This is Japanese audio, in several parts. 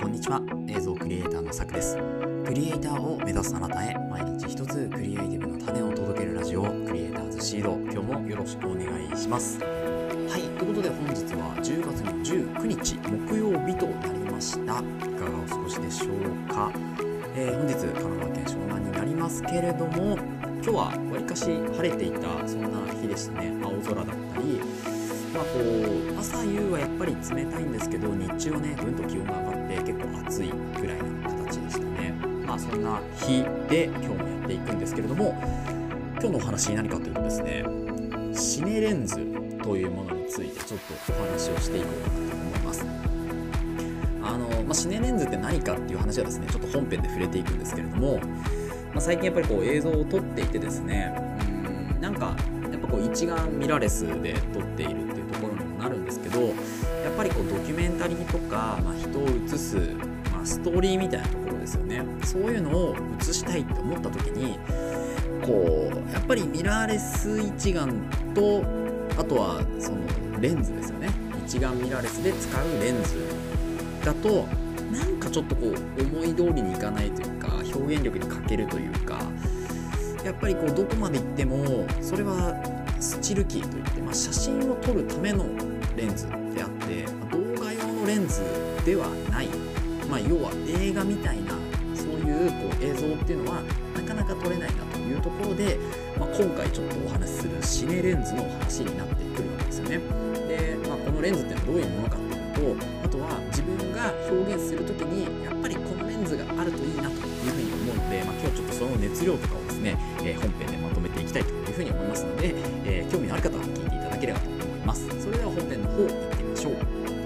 こんにちは。映像クリエイターのさくです。クリエイターを目指すあなたへ、毎日一つクリエイティブの種を届けるラジオ、クリエイターズシード。今日もよろしくお願いします。はい、ということで本日は10月の19日木曜日となりました。いかがお過ごしでしょうか。本日神奈川県湘南になりますけれども、今日はわりかし晴れていたそんな日でしたね。青空だったり、朝夕はやっぱり冷たいんですけど、日中はねぐんと気温が上がって結構暑いぐらいな形でしたね。そんな日で今日もやっていくんですけれども、今日のお話何かというとですね、シネレンズというものについてちょっとお話をしていこうかなと思います。シネレンズって何かっていう話はですね、ちょっと本編で触れていくんですけれども、最近やっぱり映像を撮っていてですね、やっぱ一眼ミラーレスで撮っているっていうところにもなるんですけど、やっぱりドキュメンタリーとか、人を映す、ストーリーみたいなところですよね。そういうのを映したいって思った時に、やっぱりミラーレス一眼と、あとはそのレンズですよね。一眼ミラーレスで使うレンズだとなんかちょっと思い通りにいかないというか、表現力に欠けるというか、やっぱりどこまで行ってもそれはスチルキーといって、写真を撮るためのレンズであって、動画用のレンズではない、要は映画みたいなそういう映像っていうのはなかなか撮れないなというところで、今回ちょっとお話しするシネレンズの話になってくるわけですよね。で、このレンズっていうのはどういうものかっていうのと、あとは自分が表現するときにやっぱりこのレンズがあるといいなというふうに思うので、今日ちょっとその熱量とかをですね、本編でまとめていきたいというふうに思いますので、興味のある方は聞いていただければと思います。それでは本編の方行ってみましょう。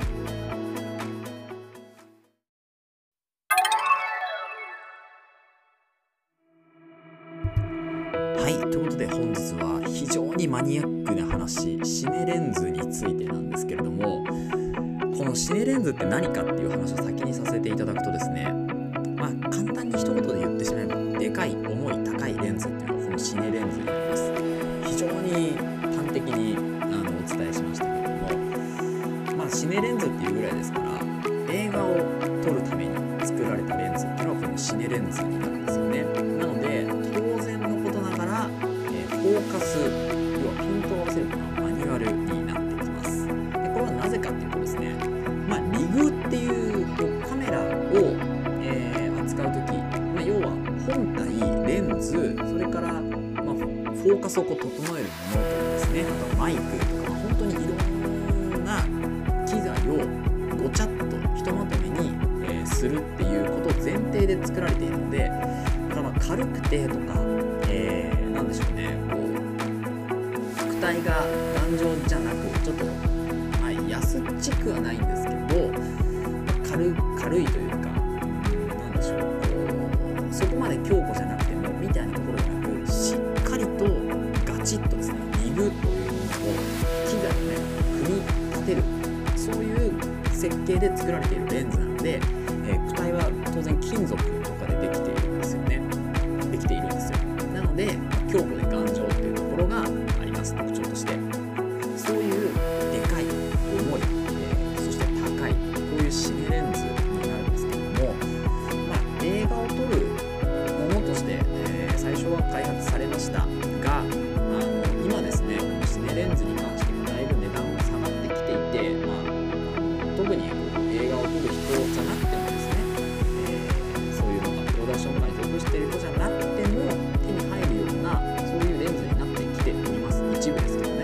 はい、ということで本日は非常にマニアックな話、シネレンズについてなんですけれども、このシネレンズって何かっていう話を先にさせていただくとですね、簡単に一言で言ってしまえば、でかい、重い、高いレンズっていうのがこのシネレンズになります。非常に端的にお伝えしましたけれども、シネレンズっていうぐらいですから、映画を撮るために作られたレンズっていうのはこのシネレンズになるんですよね。なので当然のことながら、フォーカス、要はピントを合わせるのがマニュアルになってきます。でこれはなぜかっていうとですね、リグっていうカメラを、扱うとき、要は本体、レンズ、それから、フォーカスを整えるものとかですね、あとはマイクとか、本当にいろんな機材をごちゃっとひとまとめに、するっていうことを前提で作られているので、軽くてとか、なんでしょうね、躯体が頑丈じゃなく、ちょっと、安っちくはないんですけど、軽いというか、なんでしょう、そこまで強固じゃなくてもみたいなところじゃなく、しっかりとガチッとですね、リグというものを機材をね組み立てる、そういう設計で作られているレンズなので、躯体は当然金属とかでできているんですよね。できているんですよ。なので強固で頑丈っていうところがあります、特徴として。そういうでかい、重い、そして高い、こういうシネレンズになるんですけれども、映画を撮るものとして、最初は開発されましたが、今ですね、このシネレンズに関してはだいぶ値段が下がってきていて、特に映画を撮る人じゃなくてもですね、そういうプロダクションとかに属している人じゃなくても手に入るような、そういうレンズになってきております。一部ですけどね。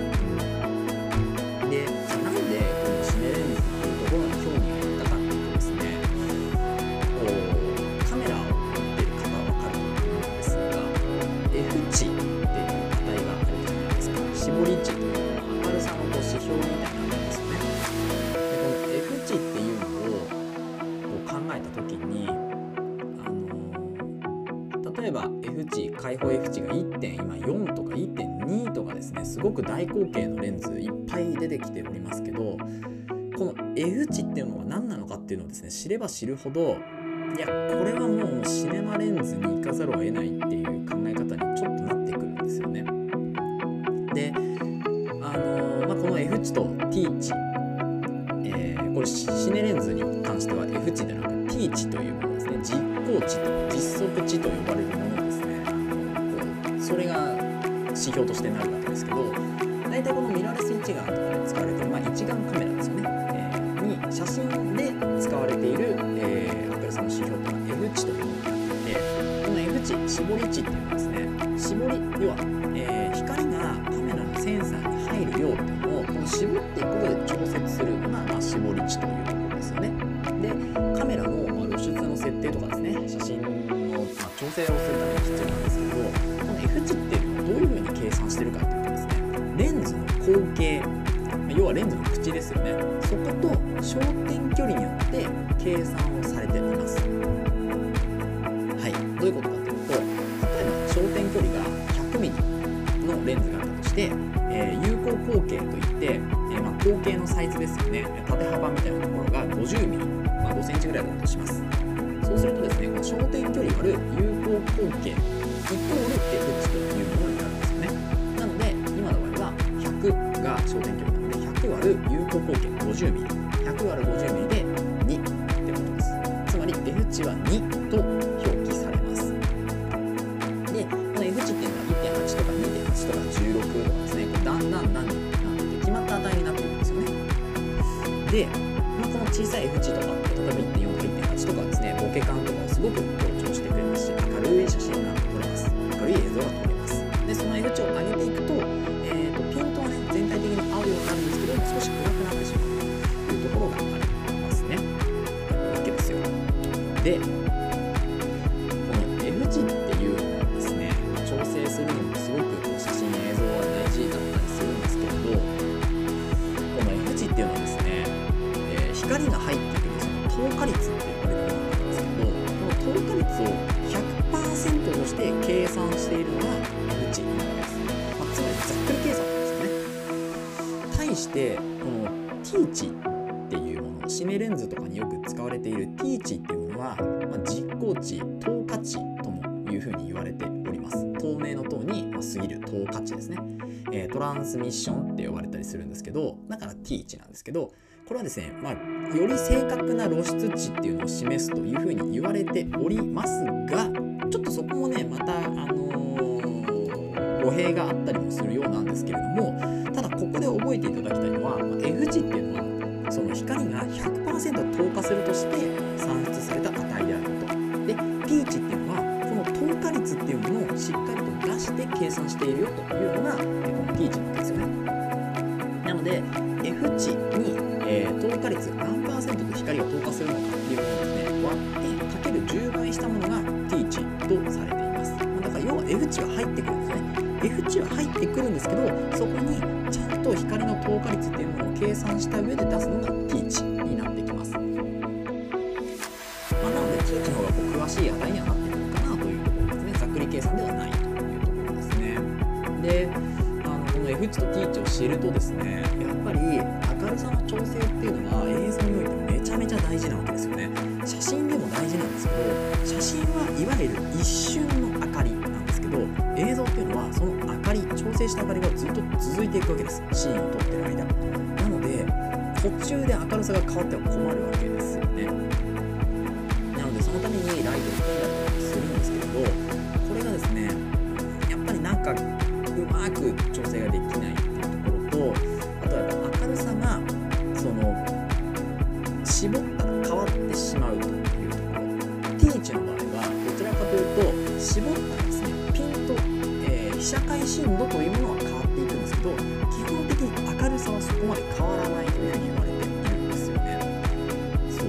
で、じゃあなんでこのシネレンズっていうところに興味がいったかっていうとですね、カメラを持っている方は分かると思うんですが、F 値っていう値があるじゃないですか。絞り値というのは明るさの指標みたいなのですよね。で、この F 値っていうのを考えた時に、例えば F 値、開放 F 値が1.4 とか 1.2 とかですね、すごく大口径のレンズいっぱい出てきておりますけど、この F 値っていうのが何なのかっていうのをですね、知れば知るほど、いや、これはもうシネマレンズに行かざるを得ないっていう考え方にちょっとなってくるんですよね。で、この F 値と T 値、これれシネレンズに関しては F 値でなく T 値というものですね。実行値と実測値と呼ばれるものですね。それが指標としてなるわけですけど、大体このミラーレス一眼とかで使われている、一眼カメラですよね、に写真で使われている、明るさの指標というのは F 値というものになっていて、この F 値、絞り値っていうのはですね、絞り、要は、光がカメラのセンサーに入る量っていうのをこの絞っていくことで調節するのが、絞り値というところですよね。で、カメラの露出の設定とかですね、写真の、調整をするために必要なんですけど、この F 値っていうのはどういうふうに計算してるかっていうとですね、レンズの口径、要はレンズの口ですよね、そこと焦点距離によって計算をされています。はい、どういうことかというと、例えば焦点距離が 100mm のレンズがあったとして、有効口径といって、口径のサイズですよね、縦幅みたいなところが 50mm、5センチぐらいだとします。そうするとですね、この焦点距離割る有効口径イコール F 値というものになるんですよね。なので今の場合は100が焦点距離なので、100割る有効口径 50mm、100割る 50mm で2ってことです。つまり F 値は2と表記されます。で、この F 値っていうのは 1.8 とか 2.8 とか16とかですね、だんだん何になってて決まった値になっているんですよね。で、この小さい F 値とかって例えば 1.4 とか 1.8 とかですね、ボケ感とかをすごく強調してくれますし、明るい写真が撮れます。明るい映像が撮れます。で、その F 値を上げていくと、ピントはね、全体的に合うようになるんですけど、少し暗くなってしまうというところがありますね。わけですよ。で、この F 値っていうのはですね、調整するにもすごく写真映像は大事だったりするんですけれど、この F 値っていうのはですね、光が入ってくるその透過率って呼ばれるものなんですけど、この透過率を 100% として計算しているのが F 値なわけです。つまりざっくり計算なんですよね。対してこの T 値っていうもの、シネレンズとかによく使われている T 値っていうものは、実行値、透過値ともいうふうに言われております。透明の透に過ぎる透過値ですね。トランスミッションって呼ばれたりするんですけど、だから T 値なんですけど、これはですね、より正確な露出値っていうのを示すというふうに言われておりますが、ちょっとそこもね、また語弊があったりもするようなんですけれども、ただここで覚えていただきたいのは、F 値っていうのはその光が 100% 透過するとして算出された値であることで、 T 値っていうのはこの透過率っていうものをしっかりと出して計算しているよというのがこの T 値なんですよね。なので F 値に、透過率何%で光が透過するのかっていうものをですね、割ってかける10倍したものが T 値とされています。だから要は F 値は入ってくるんですね。F 値は入ってくるんですけど、そこにちゃんと光の透過率っていうものを計算した上で出すのが T 値になってきます。なので T 値の方が詳しい値にはなってくるかなというところですね。ざっくり計算ではないというところですね。で、この F 値と T 値を知るとですね、やっぱり明るさの調整っていうのは映像においてめちゃめちゃ大事なわけですよね。写真でも大事なんですけど、写真はいわゆる一瞬の明かりなんですけど、映像っていうのはその明かり、調整した明かりがずっと続いていくわけです。シーンを撮ってる間。なので途中で明るさが変わっては困るわけですよね。なのでそのためにライトをつけたりするんですけれど、これがですね、やっぱりなんかうまく調整ができないっていうところと、あとはやっぱ明るさがその絞ったら変わってしまうというところ。 T 値の場合はどちらかというと絞ったらですね、ピンと、被写界深度というものは変わっていくんですけど、基本的に明るさはそこまで変わらないというふうに言われているんですよね。そう、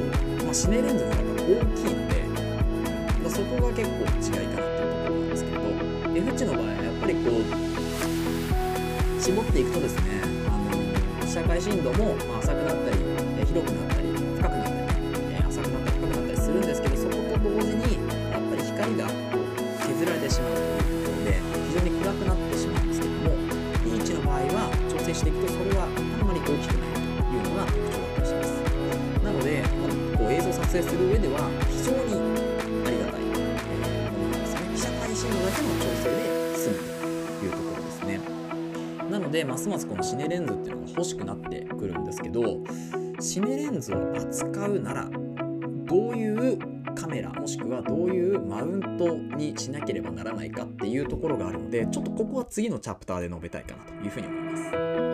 シネレンズの方が大きいので、そこが結構違いかなというところなんですけれど、F 値の場合はやっぱりこう絞っていくとですね、被写界深度も浅くなったり、広くなったり深くなったり、浅くなったり深くなったりするんですけど、そこと同時にやっぱり光が削られてしまうというところで非常に暗くなってしまうんですけども、 T 値の場合は調整していくとそれはあんまり大きくないというのが特徴だったりします。なので、こう映像撮影する上では非常にありがたいものなんですね。被写界深度だけの調整で済むというところですね。なのでますますこのシネレンズっていうのが欲しくなってくるんですけど、 シネレンズを扱うならどういうカメラもしくはどういうマウントにしなければならないかっていうところがあるので、ちょっとここは次のチャプターで述べたいかなというふうに思います。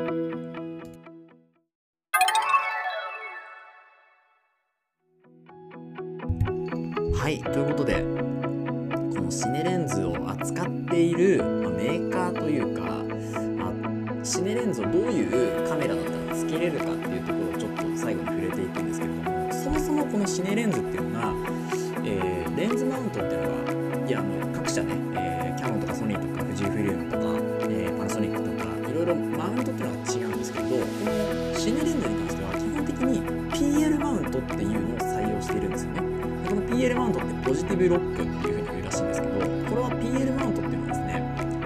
はい、ということでこのシネレンズを扱っているメーカーというか、シネレンズをどういうカメラだったらつけれるかっていうところをちょっと最後に触れていくんですけれども、そもそもこのシネレンズっていうのが、レンズマウントっていうのが各社ね、キヤノンとかソニーとか富士フイルムとか、パナソニックとかいろいろマウントっていうのが違うんですけど、このシネレンズに関しては基本的に PL マウントっていうのを採用しているんですよね。でこの PL マウントってポジティブロックっていうふうに言うらしいんですけど、これは PL マウントっていうのはですね、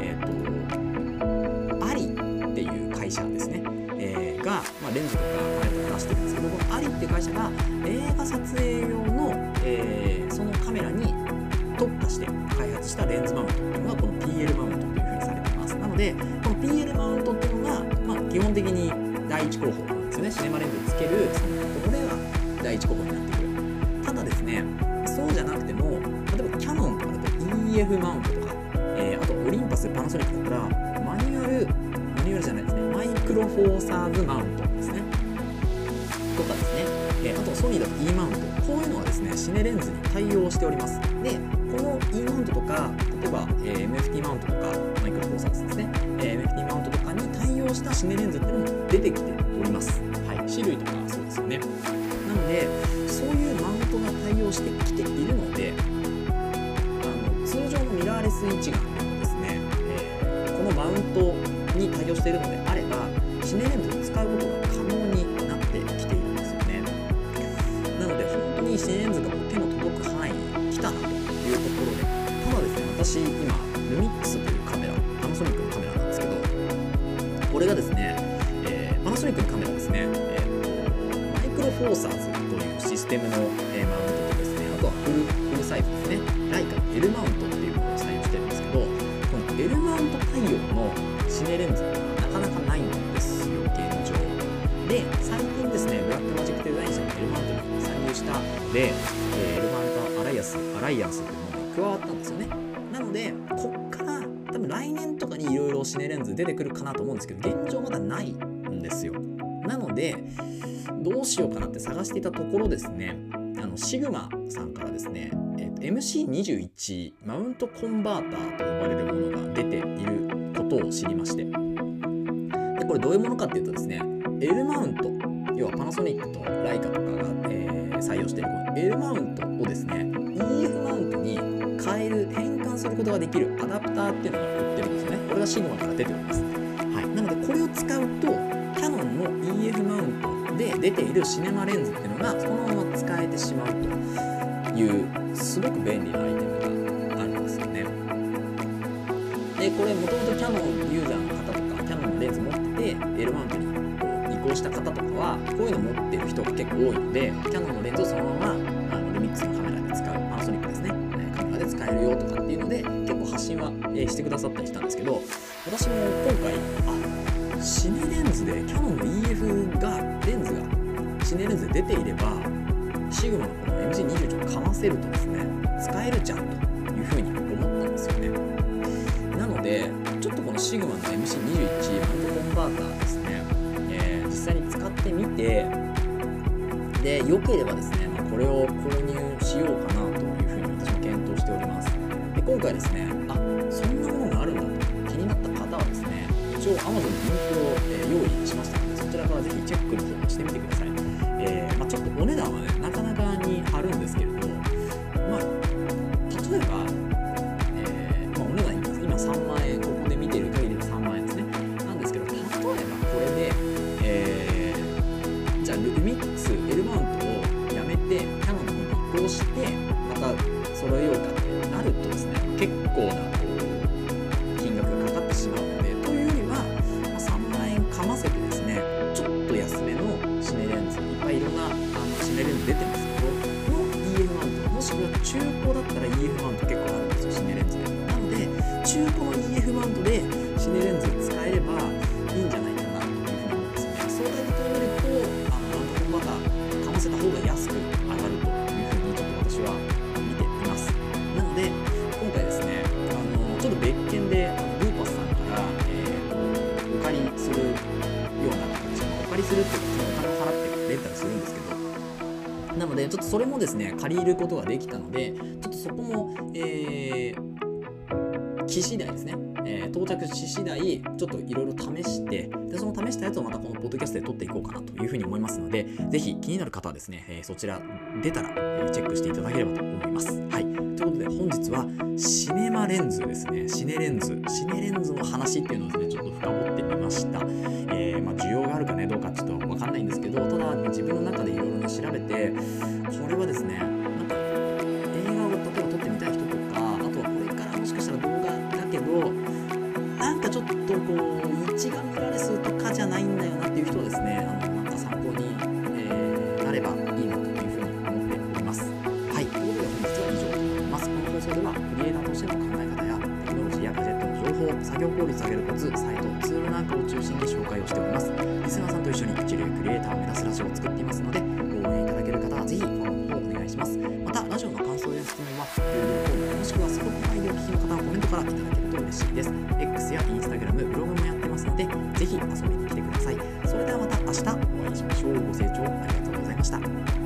アリっていう会社ですね、が、レンズとかカメラとか出してるんですけど、このアリっていう会社が映画撮影用の、そのカメラに特化して開発したレンズマウントっていうのがこの PL マウントというふうにされています。なのでこの PL マウントっていうのが、基本的に第一候補なんですよね。シネマレンズにつけるそのところでは第一候補になってくる。ただですね、そうじゃなくても例えばキヤノンとかだと EF マウントとか、あとオリンパス、パナソニックだったらマニュアルじゃないですね、マイクロフォーサーズマウントですねとかですね、あとソニーだと E マウント、こういうのはですねシネレンズに対応しております。でこの E マウントとか例えば、MFT マウントとかマイクロフォーサーズですね、MFT マウントとかに対応したシネレンズっていうのも出てきております。はい、種類とかそうですよね。なのでそういうマウントが対応してきているので、通常のミラーレス一眼でもですね、このマウントに対応しているのであればシネレンズを使うことが可能になってきているんですよね。なので本当にシネレンズが手の届く範囲に来たなというところで、ただですね、私今ルミックスというカメラ、パナソニックのカメラなんですけど、これがですね、パナソニックのカメラですね、マイクロフォーサーズというシステムの、マウントとですね、あとはフルサイズですね、ライカの L マウントっていうものを採用してるんですけど、この L マウント対応のシネレンズってなかなかないんですよ、現状で。最近ですね、ブラックマジックデザイン社の L マウントに参入したので、L マウントアライアンスというものに加わったんですよね。なのでこっから多分来年とかにいろいろシネレンズ出てくるかなと思うんですけど、現状まだないんですよ。なのでどうしようかなって探していたところですね、シグマさんからですね、MC21 マウントコンバーターと呼ばれるものが出ていることを知りまして、でこれどういうものかっていうとですね、 L マウント、要はパナソニックとライカとかが、採用しているこの L マウントをですね EF マウントに変換することができるアダプターっていうのが売ってるんですよね。これがシグマから出ております。はい、なのでこれを使うとキヤノンの EF マウントで出ているシネマレンズっていうのがそのまま使えてしまうというすごく便利なアイテムがあるんですよね。でこれもともとキヤノンユーザーの方とかキヤノンのレンズ持ってて L マウントに移行した方とかはこういうの持ってる人が結構多いので、キヤノンのレンズをそのままルミックスのカメラで使う、パナソニックですね、カメラで使えるよとかっていうので結構発信は、してくださったりしたんですけど、私も今回シネレンズでキヤノンの EF がレンズがシネレンズで出ていればシグマのこの MC21 をかませるとですね使えるじゃんというふうに思ったんですよね。なのでちょっとこのシグマの MC21 マウントコンバーターですね、実際に使ってみて、で良ければですね、これを購入しようかなというふうに私も検討しております。で今回ですね、そんなものがあるんだと気になった方はですね、一応 Amazon のリンクを、用意しましたので、そちらからぜひチェックの方もしてみてください。ちょっとお値段はねなかなかに張るんですけれど、例えば、お値段今3万円、ここで見ている限りの3万円ですねなんですけど、例えばこれで、じゃあルミックス L マウントをやめてキヤノンの方に移行してまた揃えようかってなるとですね、結構な金額がかかってしまうので、というよりは、3万円かませてですね、ちょっと安めのシネレンズ、いっぱいいろんなシネレンズ出てますけどの EF マウント、もしくは中古だったら EF マウント結構あるんですよ、シネレンズで。なので中古の EF マウントでシネレンズ使えればいいんじゃないかなというふうに思うんですね。相対的に見るとマウントコンバータそれもですね借りることができたので、ちょっとそこも、来次第ですね、到着し次第ちょっといろいろ試して、でその試したやつをまたこのポッドキャストで撮っていこうかなというふうに思いますので、ぜひ気になる方はですね、そちら出たら、チェックしていただければと思います。はい、ということで本日はシネマレンズですね。シネレンズの話っていうのをですねちょっと深掘ってみました。需要があるかねどうかちょっと分かんないんですけど、ただ自分の中でいろいろ調べて、これはですねなんか映画を例えば撮ってみたい人とか、あとはこれからもしかしたら動画だけどなんかちょっとこう一眼ミラーレスとかじゃないんだよなっていう人はですね、なんか参考に、なればいいなというふうに思っております。はい、ということで本日は以上となります。この放送ではクリエイターとしての考え方やテクノロジーやガジェットの情報、作業効率を上げるコツ、サイト、ツールなんかを中心に紹介をしております。リスナーさんと一緒に一流クリエイターを目指すラジオを作っていますので、応援いただける方はぜひフォローの方お願いします。またラジオの感想や質問は Google フォームもしくは Spotify でお聞きの方はコメントからいただけると嬉しいです。X や Instagram、ブログもやってますので、ぜひ遊びに来てください。それではまた明日お会いしましょう。ご清聴ありがとうございました。